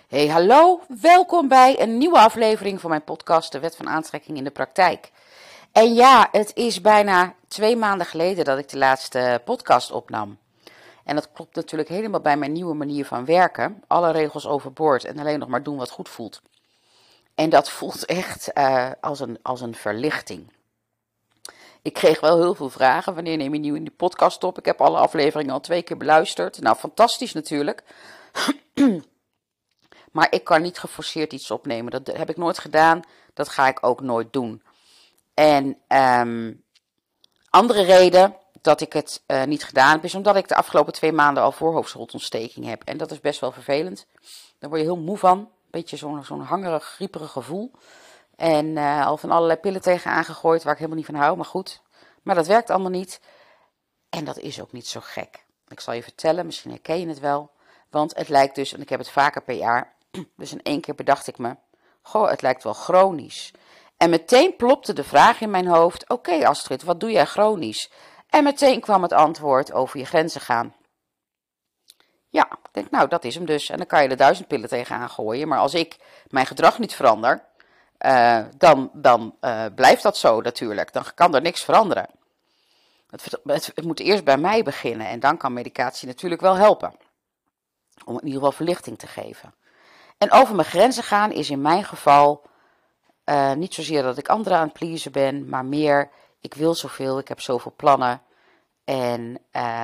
Hey, hallo, welkom bij een nieuwe aflevering van mijn podcast De Wet van Aantrekking in de Praktijk. En ja, het is bijna 2 maanden geleden dat ik de laatste podcast opnam. En dat klopt natuurlijk helemaal bij mijn nieuwe manier van werken. Alle regels overboord en alleen nog maar doen wat goed voelt. En dat voelt echt als een verlichting. Ik kreeg wel heel veel vragen. Wanneer neem je nieuw in die podcast op? Ik heb alle afleveringen al 2 keer beluisterd. Nou, fantastisch natuurlijk. Maar ik kan niet geforceerd iets opnemen. Dat heb ik nooit gedaan. Dat ga ik ook nooit doen. En andere reden dat ik het niet gedaan heb, is omdat ik de afgelopen 2 maanden al voorhoofdschildontsteking heb. En dat is best wel vervelend. Daar word je heel moe van. Een beetje zo'n hangerig, grieperig gevoel. En al van allerlei pillen tegen aangegooid waar ik helemaal niet van hou. Maar goed, maar dat werkt allemaal niet. En dat is ook niet zo gek. Ik zal je vertellen, misschien herken je het wel. Want het lijkt dus, en ik heb het vaker per jaar. Dus in 1 keer bedacht ik me, goh, het lijkt wel chronisch. En meteen plopte de vraag in mijn hoofd, oké, Astrid, wat doe jij chronisch? En meteen kwam het antwoord over je grenzen gaan. Ja, ik denk, nou, dat is hem dus. En dan kan je er 1000 pillen tegenaan gooien. Maar als ik mijn gedrag niet verander, dan blijft dat zo natuurlijk. Dan kan er niks veranderen. Het moet eerst bij mij beginnen en dan kan medicatie natuurlijk wel helpen. Om in ieder geval verlichting te geven. En over mijn grenzen gaan is in mijn geval niet zozeer dat ik anderen aan het pleasen ben, maar meer, ik wil zoveel, ik heb zoveel plannen. En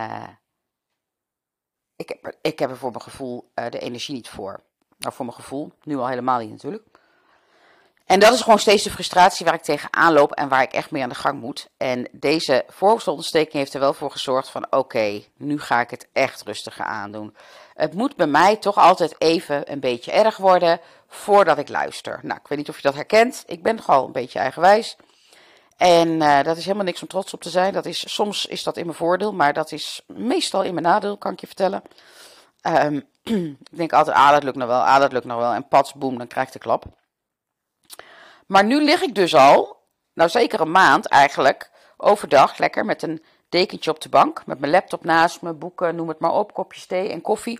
ik heb er voor mijn gevoel de energie niet voor. Nou, voor mijn gevoel, nu al helemaal niet natuurlijk. En dat is gewoon steeds de frustratie waar ik tegenaan loop en waar ik echt mee aan de gang moet. En deze voorhoofdstenontsteking heeft er wel voor gezorgd van oké, nu ga ik het echt rustiger aandoen. Het moet bij mij toch altijd even een beetje erg worden voordat ik luister. Nou, ik weet niet of je dat herkent. Ik ben gewoon een beetje eigenwijs. En dat is helemaal niks om trots op te zijn. Soms is dat in mijn voordeel, maar dat is meestal in mijn nadeel, kan ik je vertellen. Ik denk altijd, dat lukt nog wel. En pats, boem, dan krijg ik de klap. Maar nu lig ik dus al, nou zeker een maand eigenlijk, overdag lekker met een dekentje op de bank. Met mijn laptop naast me, boeken, noem het maar op, kopjes thee en koffie.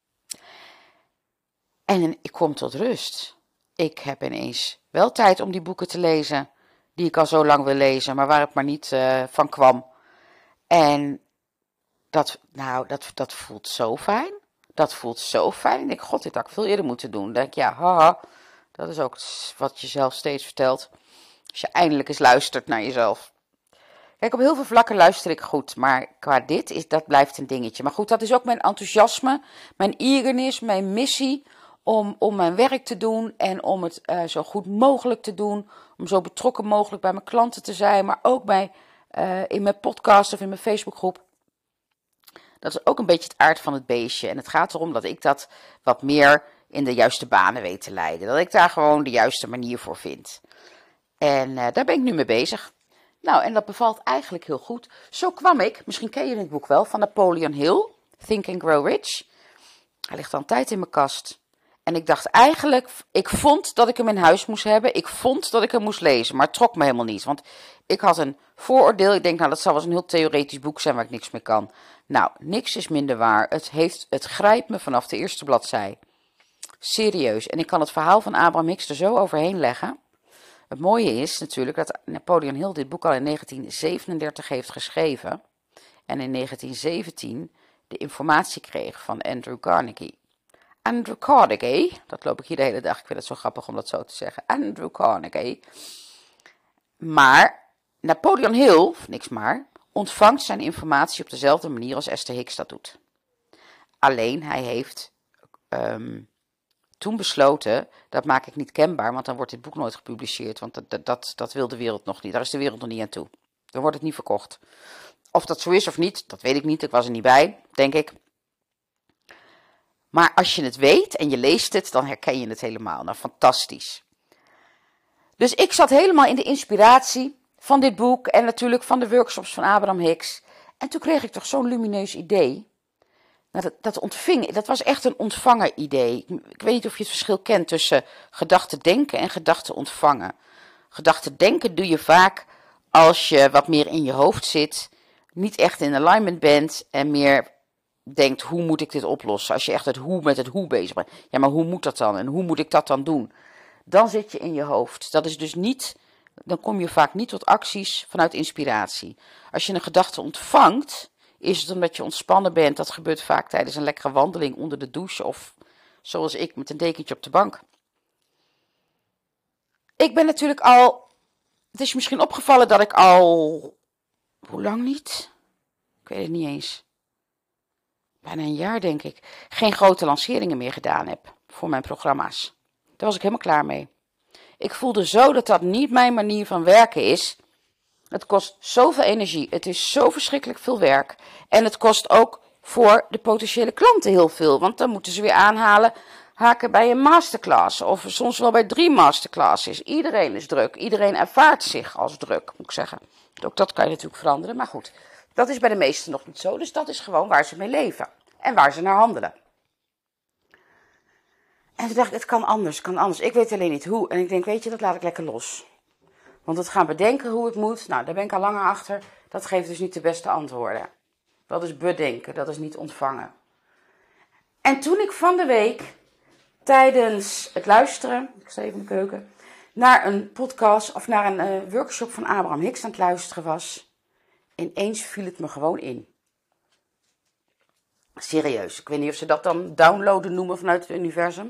En ik kom tot rust. Ik heb ineens wel tijd om die boeken te lezen, die ik al zo lang wil lezen, maar waar het maar niet van kwam. En dat voelt zo fijn. Dat voelt zo fijn. Ik denk, god, dit had ik veel eerder moeten doen. Dan denk ik, ja, haha. Dat is ook wat je zelf steeds vertelt. Als je eindelijk eens luistert naar jezelf. Kijk, op heel veel vlakken luister ik goed. Maar qua dat blijft een dingetje. Maar goed, dat is ook mijn enthousiasme. Mijn eagerness, mijn missie. Om mijn werk te doen. En om het zo goed mogelijk te doen. Om zo betrokken mogelijk bij mijn klanten te zijn. Maar ook in mijn podcast of in mijn Facebookgroep. Dat is ook een beetje het aard van het beestje. En het gaat erom dat ik dat wat meer in de juiste banen weet te leiden. Dat ik daar gewoon de juiste manier voor vind. En daar ben ik nu mee bezig. Nou, en dat bevalt eigenlijk heel goed. Zo kwam ik, misschien ken je het boek wel, van Napoleon Hill, Think and Grow Rich. Hij ligt al een tijd in mijn kast. En ik dacht eigenlijk, ik vond dat ik hem in huis moest hebben. Ik vond dat ik hem moest lezen, maar het trok me helemaal niet. Want ik had een vooroordeel. Ik denk, nou, dat zal wel eens een heel theoretisch boek zijn waar ik niks mee kan. Nou, niks is minder waar. Het grijpt me vanaf de eerste bladzij. Serieus. En ik kan het verhaal van Abraham Hicks er zo overheen leggen. Het mooie is natuurlijk dat Napoleon Hill dit boek al in 1937 heeft geschreven. En in 1917 de informatie kreeg van Andrew Carnegie. Andrew Carnegie, dat loop ik hier de hele dag. Ik vind het zo grappig om dat zo te zeggen. Andrew Carnegie. Maar Napoleon Hill, niks maar, ontvangt zijn informatie op dezelfde manier als Esther Hicks dat doet. Alleen hij heeft toen besloten, dat maak ik niet kenbaar, want dan wordt dit boek nooit gepubliceerd. Want dat wil de wereld nog niet. Daar is de wereld nog niet aan toe. Dan wordt het niet verkocht. Of dat zo is of niet, dat weet ik niet. Ik was er niet bij, denk ik. Maar als je het weet en je leest het, dan herken je het helemaal. Nou, fantastisch. Dus ik zat helemaal in de inspiratie van dit boek en natuurlijk van de workshops van Abraham Hicks. En toen kreeg ik toch zo'n lumineus idee. Nou, dat was echt een ontvangen idee. Ik weet niet of je het verschil kent tussen gedachten denken en gedachten ontvangen. Gedachten denken doe je vaak als je wat meer in je hoofd zit, niet echt in alignment bent en meer denkt, hoe moet ik dit oplossen? Als je echt met het hoe bezig bent. Ja, maar hoe moet dat dan? En hoe moet ik dat dan doen? Dan zit je in je hoofd. Dat is dus niet, dan kom je vaak niet tot acties vanuit inspiratie. Als je een gedachte ontvangt, is het omdat je ontspannen bent. Dat gebeurt vaak tijdens een lekkere wandeling onder de douche of zoals ik met een dekentje op de bank. Ik ben natuurlijk al, het is je misschien opgevallen dat ik al, hoe lang niet? Ik weet het niet eens. Bijna een jaar denk ik. Geen grote lanceringen meer gedaan heb voor mijn programma's. Daar was ik helemaal klaar mee. Ik voelde zo dat dat niet mijn manier van werken is. Het kost zoveel energie. Het is zo verschrikkelijk veel werk. En het kost ook voor de potentiële klanten heel veel. Want dan moeten ze weer haken bij een masterclass. Of soms wel bij 3 masterclasses. Iedereen is druk. Iedereen ervaart zich als druk, moet ik zeggen. Ook dat kan je natuurlijk veranderen. Maar goed, dat is bij de meesten nog niet zo. Dus dat is gewoon waar ze mee leven. En waar ze naar handelen. En toen dacht ik, het kan anders. Ik weet alleen niet hoe. En ik denk, weet je, dat laat ik lekker los. Want het gaan bedenken hoe het moet, nou, daar ben ik al langer achter. Dat geeft dus niet de beste antwoorden. Dat is bedenken, dat is niet ontvangen. En toen ik van de week, tijdens het luisteren, ik sta even in de keuken, naar een podcast of naar een workshop van Abraham Hicks aan het luisteren was, ineens viel het me gewoon in. Serieus, ik weet niet of ze dat dan downloaden noemen vanuit het universum.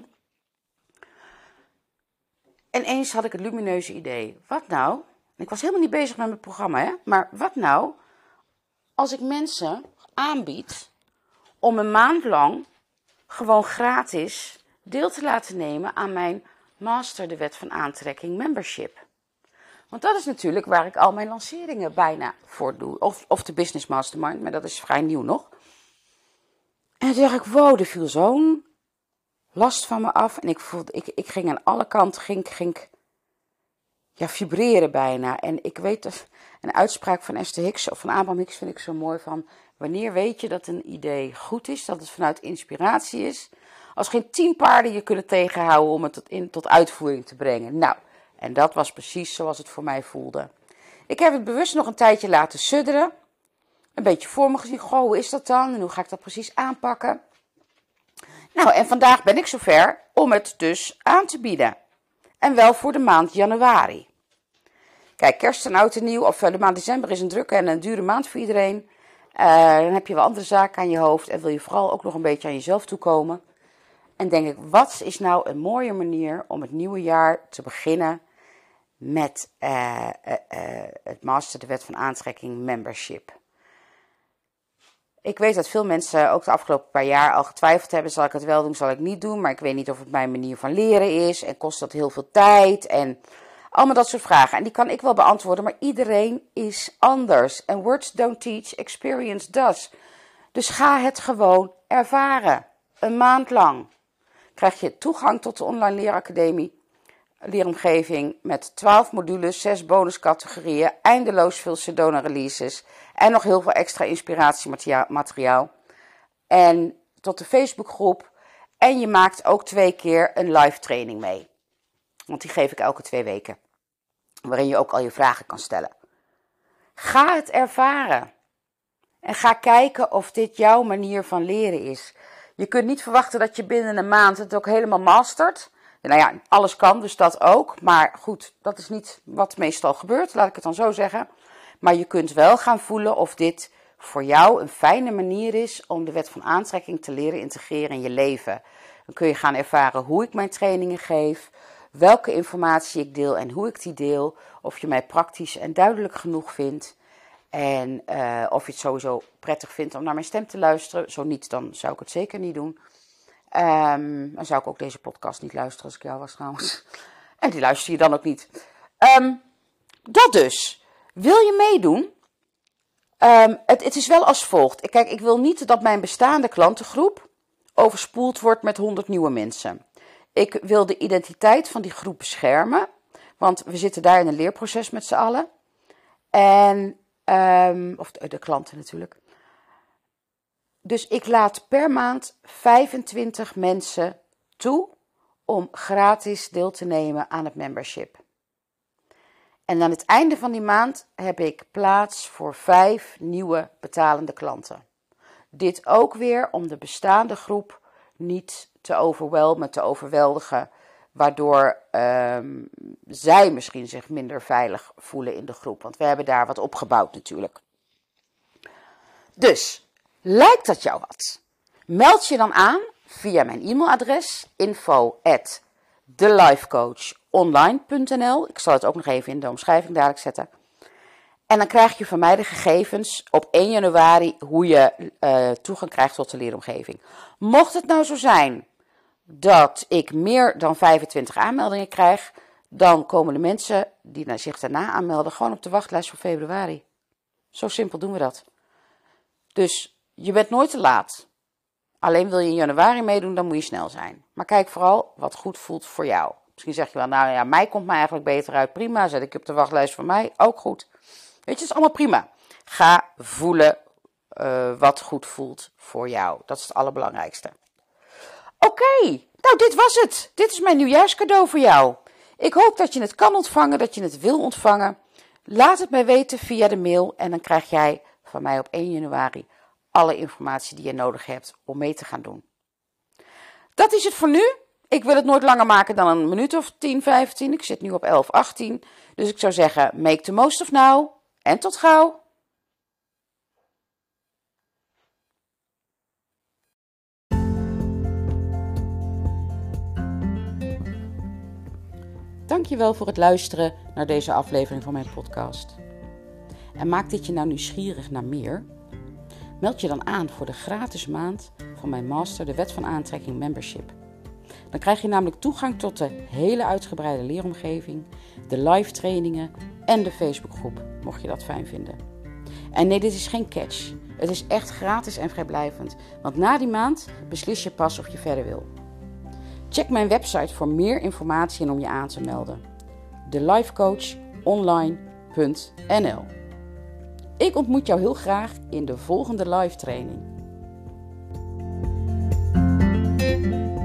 En ineens had ik het lumineuze idee. Wat nou? Ik was helemaal niet bezig met mijn programma, hè? Maar wat nou als ik mensen aanbied om een maand lang gewoon gratis deel te laten nemen aan mijn Master de Wet van Aantrekking membership? Want dat is natuurlijk waar ik al mijn lanceringen bijna voor doe. Of de Business Mastermind, maar dat is vrij nieuw nog. En toen dacht ik, wow, er viel zo'n last van me af. En ik ging aan alle kanten, vibreren bijna. En ik weet dat een uitspraak van Esther Hicks of van Abraham Hicks vind ik zo mooi van, wanneer weet je dat een idee goed is, dat het vanuit inspiratie is, als geen 10 paarden je kunnen tegenhouden om het tot uitvoering te brengen. Nou, en dat was precies zoals het voor mij voelde. Ik heb het bewust nog een tijdje laten sudderen. Een beetje voor me gezien, goh, hoe is dat dan? En hoe ga ik dat precies aanpakken? Nou, en vandaag ben ik zover om het dus aan te bieden. En wel voor de maand januari. Kijk, kerst en oud en nieuw, of de maand december is een drukke en een dure maand voor iedereen. Dan heb je wel andere zaken aan je hoofd en wil je vooral ook nog een beetje aan jezelf toekomen. En denk ik, wat is nou een mooie manier om het nieuwe jaar te beginnen met het Master de Wet van Aantrekking membership. Ik weet dat veel mensen ook de afgelopen paar jaar al getwijfeld hebben, zal ik het wel doen, zal ik niet doen, maar ik weet niet of het mijn manier van leren is en kost dat heel veel tijd en allemaal dat soort vragen. En die kan ik wel beantwoorden, maar iedereen is anders. En words don't teach, experience does. Dus ga het gewoon ervaren. Een maand lang krijg je toegang tot de online leeracademie, leeromgeving met 12 modules, 6 bonuscategorieën, eindeloos veel Sedona releases en nog heel veel extra inspiratiemateriaal. En tot de Facebookgroep. En je maakt ook 2 keer een live training mee. Want die geef ik elke 2 weken. Waarin je ook al je vragen kan stellen. Ga het ervaren. En ga kijken of dit jouw manier van leren is. Je kunt niet verwachten dat je binnen een maand het ook helemaal mastert. Nou ja, alles kan, dus dat ook. Maar goed, dat is niet wat meestal gebeurt, laat ik het dan zo zeggen. Maar je kunt wel gaan voelen of dit voor jou een fijne manier is om de wet van aantrekking te leren integreren in je leven. Dan kun je gaan ervaren hoe ik mijn trainingen geef, welke informatie ik deel en hoe ik die deel. Of je mij praktisch en duidelijk genoeg vindt. En of je het sowieso prettig vindt om naar mijn stem te luisteren. Zo niet, dan zou ik het zeker niet doen. Dan zou ik ook deze podcast niet luisteren als ik jou was trouwens. En die luister je dan ook niet. Dat dus. Wil je meedoen? Het is wel als volgt. Kijk, ik wil niet dat mijn bestaande klantengroep overspoeld wordt met 100 nieuwe mensen. Ik wil de identiteit van die groep beschermen. Want we zitten daar in een leerproces met z'n allen. Of de klanten natuurlijk. Dus ik laat per maand 25 mensen toe om gratis deel te nemen aan het membership. En aan het einde van die maand heb ik plaats voor 5 nieuwe betalende klanten. Dit ook weer om de bestaande groep niet te overweldigen, te overweldigen, waardoor zij misschien zich minder veilig voelen in de groep. Want we hebben daar wat opgebouwd natuurlijk. Dus, lijkt dat jou wat? Meld je dan aan via mijn e-mailadres info@thelifecoachonline.nl. Ik zal het ook nog even in de omschrijving dadelijk zetten. En dan krijg je van mij de gegevens op 1 januari hoe je toegang krijgt tot de leeromgeving. Mocht het nou zo zijn dat ik meer dan 25 aanmeldingen krijg, dan komen de mensen die zich daarna aanmelden gewoon op de wachtlijst voor februari. Zo simpel doen we dat. Dus je bent nooit te laat. Alleen wil je in januari meedoen, dan moet je snel zijn. Maar kijk vooral wat goed voelt voor jou. Misschien zeg je wel, nou ja, mij komt mij eigenlijk beter uit. Prima, zet ik op de wachtlijst voor mij. Ook goed. Weet je, het is allemaal prima. Ga voelen wat goed voelt voor jou. Dat is het allerbelangrijkste. Oké, nou dit was het. Dit is mijn nieuwjaarscadeau voor jou. Ik hoop dat je het kan ontvangen, dat je het wil ontvangen. Laat het mij weten via de mail en dan krijg jij van mij op 1 januari alle informatie die je nodig hebt om mee te gaan doen. Dat is het voor nu. Ik wil het nooit langer maken dan een minuut of 10, 15. Ik zit nu op 11, 18. Dus ik zou zeggen, make the most of now. En tot gauw. Dankjewel voor het luisteren naar deze aflevering van mijn podcast. En maakt dit je nou nieuwsgierig naar meer? Meld je dan aan voor de gratis maand van mijn master, de Wet van Aantrekking Membership. Dan krijg je namelijk toegang tot de hele uitgebreide leeromgeving, de live trainingen en de Facebookgroep, mocht je dat fijn vinden. En nee, dit is geen catch. Het is echt gratis en vrijblijvend, want na die maand beslis je pas of je verder wil. Check mijn website voor meer informatie en om je aan te melden. thelifecoachonline.nl. Ik ontmoet jou heel graag in de volgende live training.